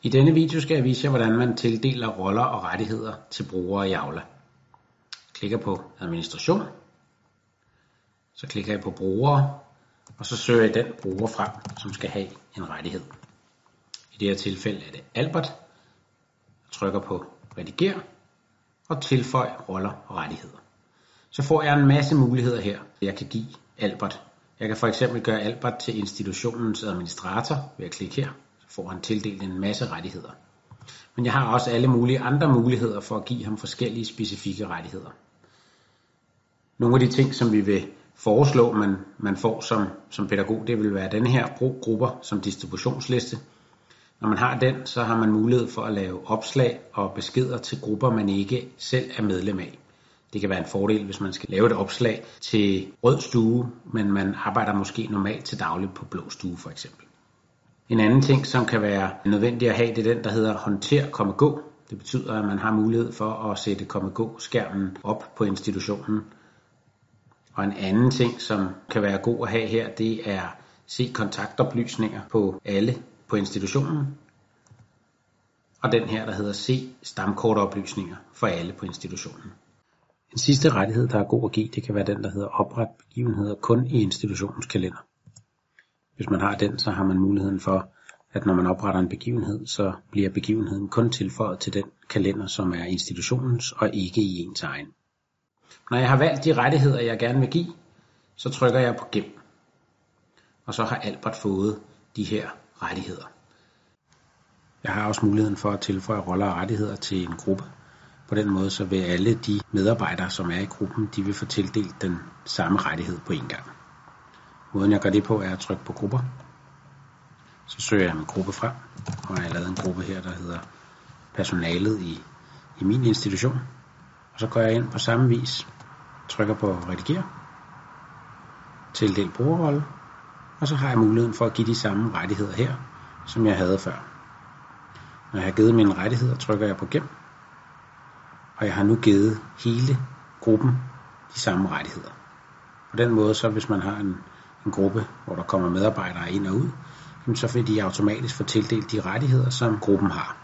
I denne video skal jeg vise jer, hvordan man tildeler roller og rettigheder til brugere i Aula. Klikker på administration, så klikker jeg på brugere, og så søger jeg den bruger frem, som skal have en rettighed. I det her tilfælde er det Albert. Jeg trykker på rediger og tilføj roller og rettigheder. Så får jeg en masse muligheder her, jeg kan give Albert. Jeg kan for eksempel gøre Albert til institutionens administrator ved at klikke her. Så får han tildelt en masse rettigheder. Men jeg har også alle mulige andre muligheder for at give ham forskellige specifikke rettigheder. Nogle af de ting, som vi vil foreslå, man får som pædagog, det vil være denne her, brug grupper som distributionsliste. Når man har den, så har man mulighed for at lave opslag og beskeder til grupper, man ikke selv er medlem af. Det kan være en fordel, hvis man skal lave et opslag til rød stue, men man arbejder måske normalt til dagligt på blå stue for eksempel. En anden ting, som kan være nødvendig at have, det er den, der hedder håndter, gå. Det betyder, at man har mulighed for at sætte gå-skærmen op på institutionen. Og en anden ting, som kan være god at have her, det er se kontaktoplysninger på alle på institutionen. Og den her, der hedder se stamkortoplysninger for alle på institutionen. En sidste rettighed, der er god at give, det kan være den, der hedder opret begivenheder kun i institutionens kalender. Hvis man har den, så har man muligheden for, at når man opretter en begivenhed, så bliver begivenheden kun tilføjet til den kalender, som er institutionens og ikke i ens egen. Når jeg har valgt de rettigheder, jeg gerne vil give, så trykker jeg på gem. Og så har Albert fået de her rettigheder. Jeg har også muligheden for at tilføje roller og rettigheder til en gruppe. På den måde så vil alle de medarbejdere, som er i gruppen, de vil få tildelt den samme rettighed på en gang. Måden jeg gør det på er at trykke på grupper. Så søger jeg min gruppe frem, og jeg har lavet en gruppe her, der hedder personalet i min institution. Og så går jeg ind på samme vis, trykker på rediger, tildel brugerrolle, og så har jeg muligheden for at give de samme rettigheder her, som jeg havde før. Når jeg har givet mine rettigheder, trykker jeg på gem, og jeg har nu givet hele gruppen de samme rettigheder. På den måde, så hvis man har en gruppe, hvor der kommer medarbejdere ind og ud, så vil de automatisk få tildelt de rettigheder, som gruppen har.